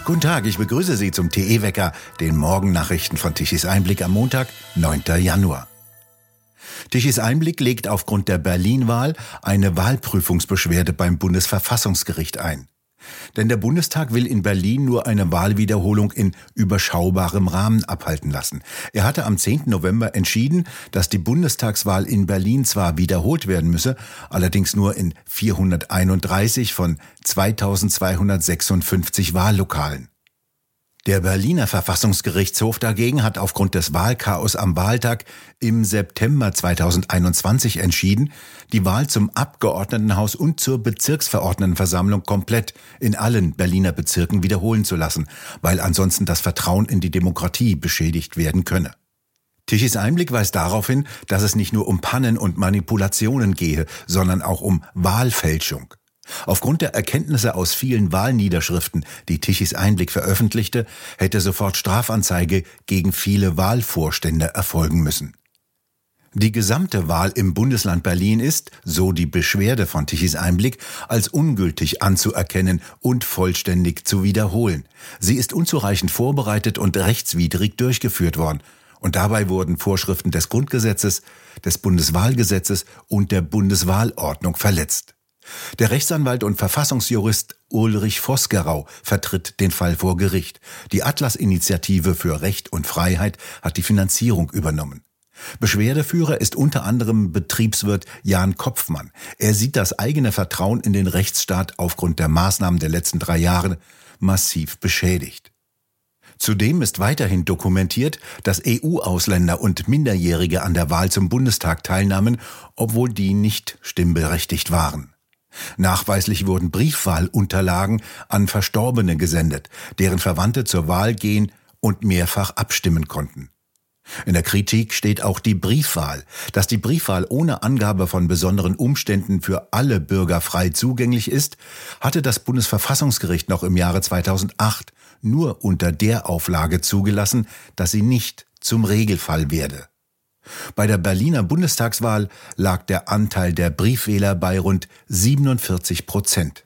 Guten Tag, ich begrüße Sie zum TE-Wecker, den Morgennachrichten von Tichys Einblick am Montag, 9. Januar. Tichys Einblick legt aufgrund der Berlin-Wahl eine Wahlprüfungsbeschwerde beim Bundesverfassungsgericht ein. Denn der Bundestag will in Berlin nur eine Wahlwiederholung in überschaubarem Rahmen abhalten lassen. Er hatte am 10. November entschieden, dass die Bundestagswahl in Berlin zwar wiederholt werden müsse, allerdings nur in 431 von 2256 Wahllokalen. Der Berliner Verfassungsgerichtshof dagegen hat aufgrund des Wahlchaos am Wahltag im September 2021 entschieden, die Wahl zum Abgeordnetenhaus und zur Bezirksverordnetenversammlung komplett in allen Berliner Bezirken wiederholen zu lassen, weil ansonsten das Vertrauen in die Demokratie beschädigt werden könne. Tichys Einblick weist darauf hin, dass es nicht nur um Pannen und Manipulationen gehe, sondern auch um Wahlfälschung. Aufgrund der Erkenntnisse aus vielen Wahlniederschriften, die Tichys Einblick veröffentlichte, hätte sofort Strafanzeige gegen viele Wahlvorstände erfolgen müssen. Die gesamte Wahl im Bundesland Berlin ist, so die Beschwerde von Tichys Einblick, als ungültig anzuerkennen und vollständig zu wiederholen. Sie ist unzureichend vorbereitet und rechtswidrig durchgeführt worden. Und dabei wurden Vorschriften des Grundgesetzes, des Bundeswahlgesetzes und der Bundeswahlordnung verletzt. Der Rechtsanwalt und Verfassungsjurist Ulrich Vosgerau vertritt den Fall vor Gericht. Die Atlas-Initiative für Recht und Freiheit hat die Finanzierung übernommen. Beschwerdeführer ist unter anderem Betriebswirt Jan Kopfmann. Er sieht das eigene Vertrauen in den Rechtsstaat aufgrund der Maßnahmen der letzten 3 Jahre massiv beschädigt. Zudem ist weiterhin dokumentiert, dass EU-Ausländer und Minderjährige an der Wahl zum Bundestag teilnahmen, obwohl die nicht stimmberechtigt waren. Nachweislich wurden Briefwahlunterlagen an Verstorbene gesendet, deren Verwandte zur Wahl gehen und mehrfach abstimmen konnten. In der Kritik steht auch die Briefwahl. Dass die Briefwahl ohne Angabe von besonderen Umständen für alle Bürger frei zugänglich ist, hatte das Bundesverfassungsgericht noch im Jahre 2008 nur unter der Auflage zugelassen, dass sie nicht zum Regelfall werde. Bei der Berliner Bundestagswahl lag der Anteil der Briefwähler bei rund 47%.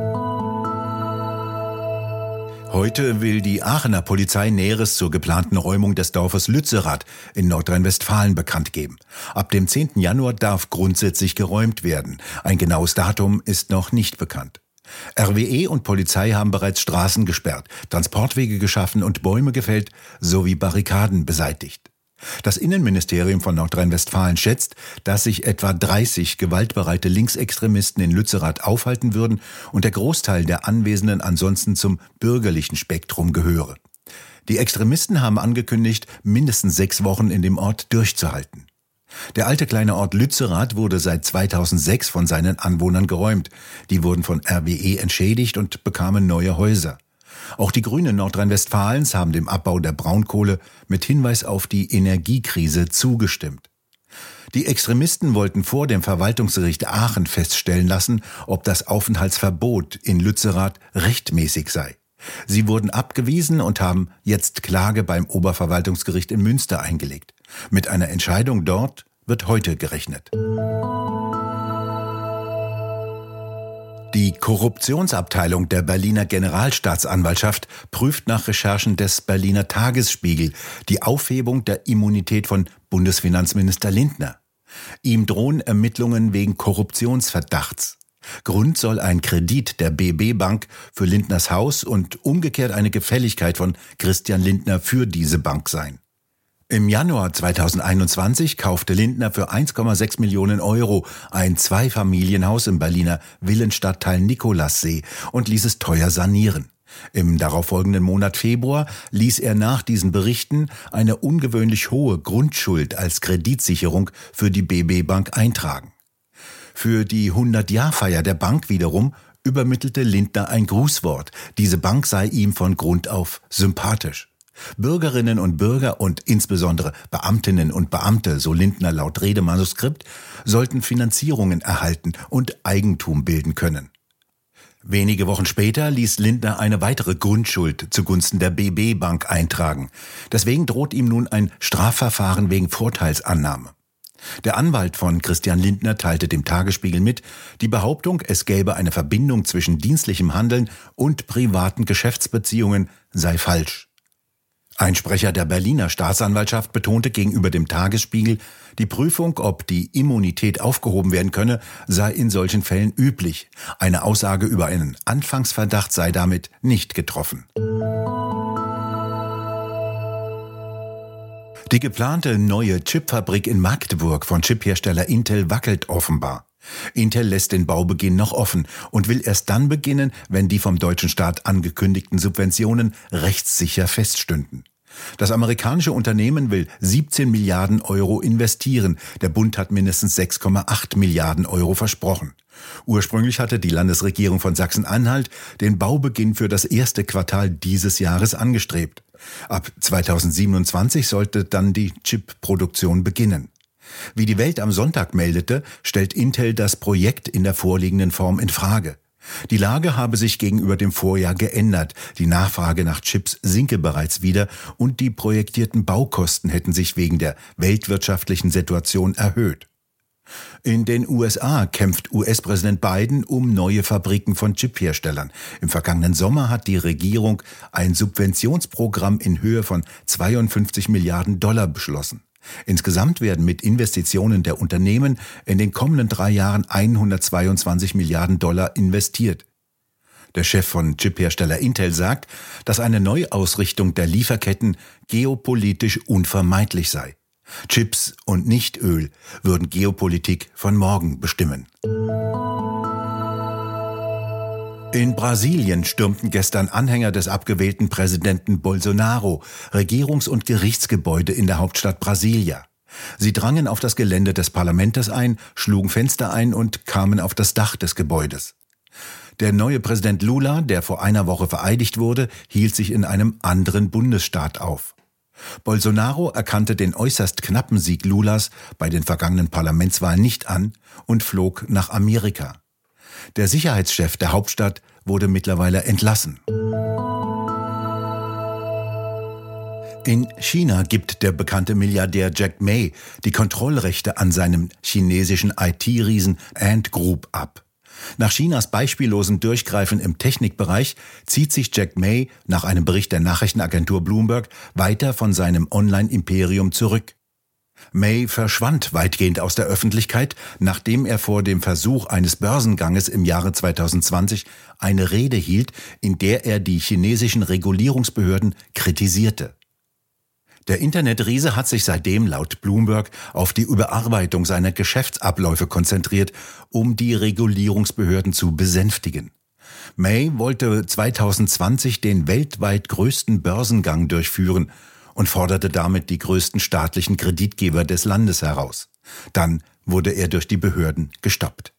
Heute will die Aachener Polizei Näheres zur geplanten Räumung des Dorfes Lützerath in Nordrhein-Westfalen bekannt geben. Ab dem 10. Januar darf grundsätzlich geräumt werden. Ein genaues Datum ist noch nicht bekannt. RWE und Polizei haben bereits Straßen gesperrt, Transportwege geschaffen und Bäume gefällt sowie Barrikaden beseitigt. Das Innenministerium von Nordrhein-Westfalen schätzt, dass sich etwa 30 gewaltbereite Linksextremisten in Lützerath aufhalten würden und der Großteil der Anwesenden ansonsten zum bürgerlichen Spektrum gehöre. Die Extremisten haben angekündigt, mindestens 6 Wochen in dem Ort durchzuhalten. Der alte kleine Ort Lützerath wurde seit 2006 von seinen Anwohnern geräumt. Die wurden von RWE entschädigt und bekamen neue Häuser. Auch die Grünen Nordrhein-Westfalens haben dem Abbau der Braunkohle mit Hinweis auf die Energiekrise zugestimmt. Die Extremisten wollten vor dem Verwaltungsgericht Aachen feststellen lassen, ob das Aufenthaltsverbot in Lützerath rechtmäßig sei. Sie wurden abgewiesen und haben jetzt Klage beim Oberverwaltungsgericht in Münster eingelegt. Mit einer Entscheidung dort wird heute gerechnet. Die Korruptionsabteilung der Berliner Generalstaatsanwaltschaft prüft nach Recherchen des Berliner Tagesspiegel die Aufhebung der Immunität von Bundesfinanzminister Lindner. Ihm drohen Ermittlungen wegen Korruptionsverdachts. Grund soll ein Kredit der BB Bank für Lindners Haus und umgekehrt eine Gefälligkeit von Christian Lindner für diese Bank sein. Im Januar 2021 kaufte Lindner für 1,6 Millionen Euro ein Zweifamilienhaus im Berliner Villenstadtteil Nikolassee und ließ es teuer sanieren. Im darauffolgenden Monat Februar ließ er nach diesen Berichten eine ungewöhnlich hohe Grundschuld als Kreditsicherung für die BB Bank eintragen. Für die 100-Jahr-Feier der Bank wiederum übermittelte Lindner ein Grußwort. Diese Bank sei ihm von Grund auf sympathisch. Bürgerinnen und Bürger und insbesondere Beamtinnen und Beamte, so Lindner laut Redemanuskript, sollten Finanzierungen erhalten und Eigentum bilden können. Wenige Wochen später ließ Lindner eine weitere Grundschuld zugunsten der BB Bank eintragen. Deswegen droht ihm nun ein Strafverfahren wegen Vorteilsannahme. Der Anwalt von Christian Lindner teilte dem Tagesspiegel mit, die Behauptung, es gäbe eine Verbindung zwischen dienstlichem Handeln und privaten Geschäftsbeziehungen, sei falsch. Ein Sprecher der Berliner Staatsanwaltschaft betonte gegenüber dem Tagesspiegel, die Prüfung, ob die Immunität aufgehoben werden könne, sei in solchen Fällen üblich. Eine Aussage über einen Anfangsverdacht sei damit nicht getroffen. Die geplante neue Chipfabrik in Magdeburg von Chiphersteller Intel wackelt offenbar. Intel lässt den Baubeginn noch offen und will erst dann beginnen, wenn die vom deutschen Staat angekündigten Subventionen rechtssicher feststünden. Das amerikanische Unternehmen will 17 Milliarden Euro investieren. Der Bund hat mindestens 6,8 Milliarden Euro versprochen. Ursprünglich hatte die Landesregierung von Sachsen-Anhalt den Baubeginn für das erste Quartal dieses Jahres angestrebt. Ab 2027 sollte dann die Chipproduktion beginnen. Wie die Welt am Sonntag meldete, stellt Intel das Projekt in der vorliegenden Form in Frage. Die Lage habe sich gegenüber dem Vorjahr geändert. Die Nachfrage nach Chips sinke bereits wieder und die projektierten Baukosten hätten sich wegen der weltwirtschaftlichen Situation erhöht. In den USA kämpft US-Präsident Biden um neue Fabriken von Chipherstellern. Im vergangenen Sommer hat die Regierung ein Subventionsprogramm in Höhe von 52 Milliarden Dollar beschlossen. Insgesamt werden mit Investitionen der Unternehmen in den kommenden 3 Jahren 122 Milliarden Dollar investiert. Der Chef von Chiphersteller Intel sagt, dass eine Neuausrichtung der Lieferketten geopolitisch unvermeidlich sei. Chips und nicht Öl würden Geopolitik von morgen bestimmen. In Brasilien stürmten gestern Anhänger des abgewählten Präsidenten Bolsonaro Regierungs- und Gerichtsgebäude in der Hauptstadt Brasilia. Sie drangen auf das Gelände des Parlaments ein, schlugen Fenster ein und kamen auf das Dach des Gebäudes. Der neue Präsident Lula, der vor einer Woche vereidigt wurde, hielt sich in einem anderen Bundesstaat auf. Bolsonaro erkannte den äußerst knappen Sieg Lulas bei den vergangenen Parlamentswahlen nicht an und flog nach Amerika. Der Sicherheitschef der Hauptstadt wurde mittlerweile entlassen. In China gibt der bekannte Milliardär Jack Ma die Kontrollrechte an seinem chinesischen IT-Riesen Ant Group ab. Nach Chinas beispiellosem Durchgreifen im Technikbereich zieht sich Jack Ma nach einem Bericht der Nachrichtenagentur Bloomberg weiter von seinem Online-Imperium zurück. Ma verschwand weitgehend aus der Öffentlichkeit, nachdem er vor dem Versuch eines Börsenganges im Jahre 2020 eine Rede hielt, in der er die chinesischen Regulierungsbehörden kritisierte. Der Internetriese hat sich seitdem laut Bloomberg auf die Überarbeitung seiner Geschäftsabläufe konzentriert, um die Regulierungsbehörden zu besänftigen. Ma wollte 2020 den weltweit größten Börsengang durchführen und forderte damit die größten staatlichen Kreditgeber des Landes heraus. Dann wurde er durch die Behörden gestoppt.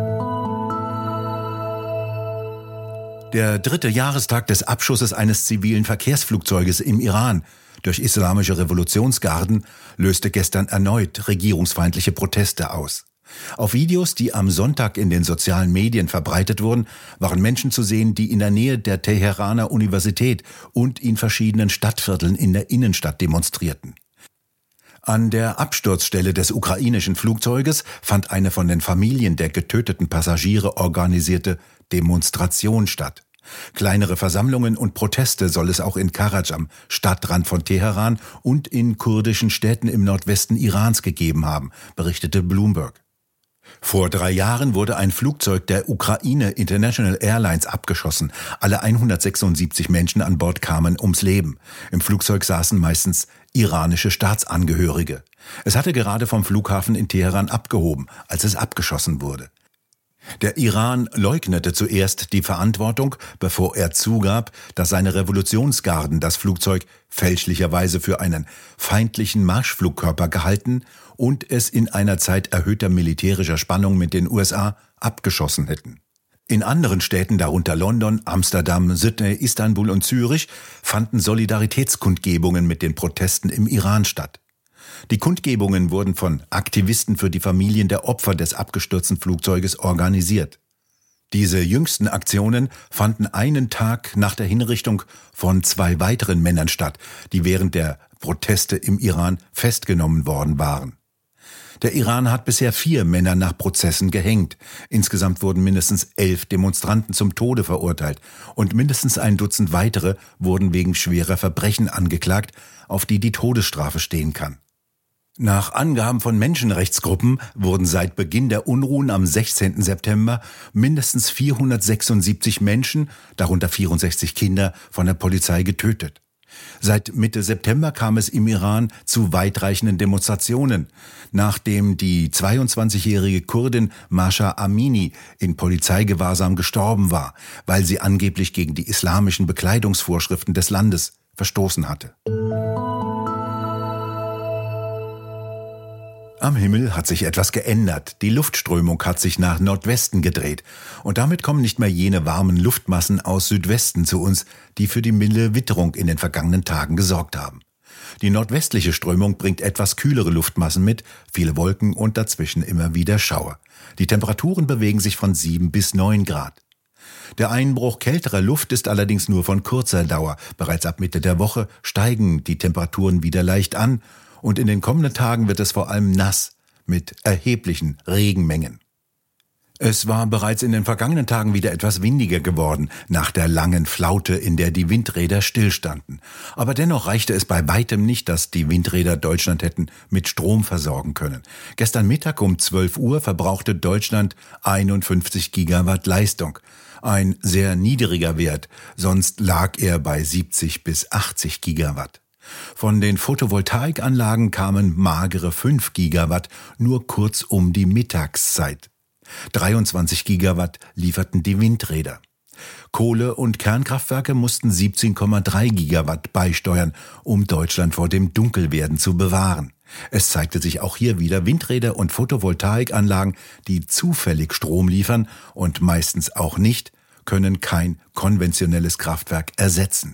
Der 3. Jahrestag des Abschusses eines zivilen Verkehrsflugzeuges im Iran durch islamische Revolutionsgarden löste gestern erneut regierungsfeindliche Proteste aus. Auf Videos, die am Sonntag in den sozialen Medien verbreitet wurden, waren Menschen zu sehen, die in der Nähe der Teheraner Universität und in verschiedenen Stadtvierteln in der Innenstadt demonstrierten. An der Absturzstelle des ukrainischen Flugzeuges fand eine von den Familien der getöteten Passagiere organisierte Demonstration statt. Kleinere Versammlungen und Proteste soll es auch in Karaj am Stadtrand von Teheran und in kurdischen Städten im Nordwesten Irans gegeben haben, berichtete Bloomberg. Vor 3 Jahren wurde ein Flugzeug der Ukraine International Airlines abgeschossen. Alle 176 Menschen an Bord kamen ums Leben. Im Flugzeug saßen meistens iranische Staatsangehörige. Es hatte gerade vom Flughafen in Teheran abgehoben, als es abgeschossen wurde. Der Iran leugnete zuerst die Verantwortung, bevor er zugab, dass seine Revolutionsgarden das Flugzeug fälschlicherweise für einen feindlichen Marschflugkörper gehalten und es in einer Zeit erhöhter militärischer Spannung mit den USA abgeschossen hätten. In anderen Städten, darunter London, Amsterdam, Sydney, Istanbul und Zürich, fanden Solidaritätskundgebungen mit den Protesten im Iran statt. Die Kundgebungen wurden von Aktivisten für die Familien der Opfer des abgestürzten Flugzeuges organisiert. Diese jüngsten Aktionen fanden einen Tag nach der Hinrichtung von 2 weiteren Männern statt, die während der Proteste im Iran festgenommen worden waren. Der Iran hat bisher 4 Männer nach Prozessen gehängt. Insgesamt wurden mindestens 11 Demonstranten zum Tode verurteilt und mindestens ein Dutzend weitere wurden wegen schwerer Verbrechen angeklagt, auf die die Todesstrafe stehen kann. Nach Angaben von Menschenrechtsgruppen wurden seit Beginn der Unruhen am 16. September mindestens 476 Menschen, darunter 64 Kinder, von der Polizei getötet. Seit Mitte September kam es im Iran zu weitreichenden Demonstrationen, nachdem die 22-jährige Kurdin Mahsa Amini in Polizeigewahrsam gestorben war, weil sie angeblich gegen die islamischen Bekleidungsvorschriften des Landes verstoßen hatte. Am Himmel hat sich etwas geändert. Die Luftströmung hat sich nach Nordwesten gedreht. Und damit kommen nicht mehr jene warmen Luftmassen aus Südwesten zu uns, die für die milde Witterung in den vergangenen Tagen gesorgt haben. Die nordwestliche Strömung bringt etwas kühlere Luftmassen mit, viele Wolken und dazwischen immer wieder Schauer. Die Temperaturen bewegen sich von 7 bis 9 Grad. Der Einbruch kälterer Luft ist allerdings nur von kurzer Dauer. Bereits ab Mitte der Woche steigen die Temperaturen wieder leicht an. Und in den kommenden Tagen wird es vor allem nass mit erheblichen Regenmengen. Es war bereits in den vergangenen Tagen wieder etwas windiger geworden, nach der langen Flaute, in der die Windräder stillstanden. Aber dennoch reichte es bei weitem nicht, dass die Windräder Deutschland hätten mit Strom versorgen können. Gestern Mittag um 12 Uhr verbrauchte Deutschland 51 Gigawatt Leistung. Ein sehr niedriger Wert, sonst lag er bei 70 bis 80 Gigawatt. Von den Photovoltaikanlagen kamen magere 5 Gigawatt nur kurz um die Mittagszeit. 23 Gigawatt lieferten die Windräder. Kohle- und Kernkraftwerke mussten 17,3 Gigawatt beisteuern, um Deutschland vor dem Dunkelwerden zu bewahren. Es zeigte sich auch hier wieder, Windräder und Photovoltaikanlagen, die zufällig Strom liefern und meistens auch nicht, können kein konventionelles Kraftwerk ersetzen.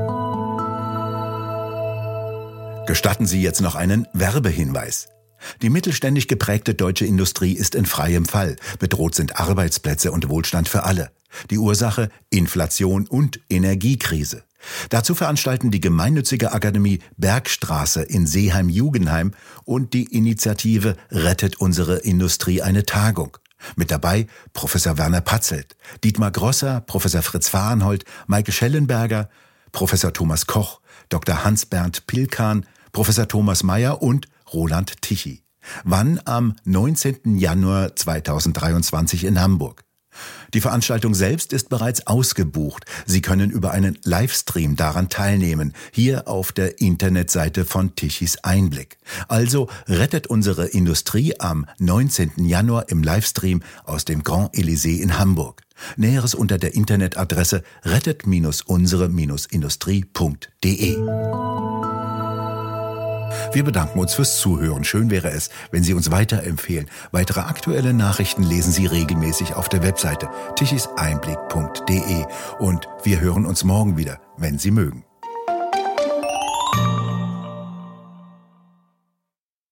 Gestatten Sie jetzt noch einen Werbehinweis. Die mittelständisch geprägte deutsche Industrie ist in freiem Fall. Bedroht sind Arbeitsplätze und Wohlstand für alle. Die Ursache: Inflation und Energiekrise. Dazu veranstalten die gemeinnützige Akademie Bergstraße in Seeheim-Jugenheim und die Initiative Rettet unsere Industrie eine Tagung. Mit dabei Professor Werner Patzelt, Dietmar Grosser, Professor Fritz Fahrenhold, Maike Schellenberger, Professor Thomas Koch, Dr. Hans-Bernd Pilkan, Professor Thomas Mayer und Roland Tichy. Wann? Am 19. Januar 2023 in Hamburg. Die Veranstaltung selbst ist bereits ausgebucht. Sie können über einen Livestream daran teilnehmen, hier auf der Internetseite von Tichys Einblick. Also rettet unsere Industrie am 19. Januar im Livestream aus dem Grand Elysée in Hamburg. Näheres unter der Internetadresse rettet-unsere-industrie.de. Wir bedanken uns fürs Zuhören. Schön wäre es, wenn Sie uns weiterempfehlen. Weitere aktuelle Nachrichten lesen Sie regelmäßig auf der Webseite tichiseinblick.de. Und wir hören uns morgen wieder, wenn Sie mögen.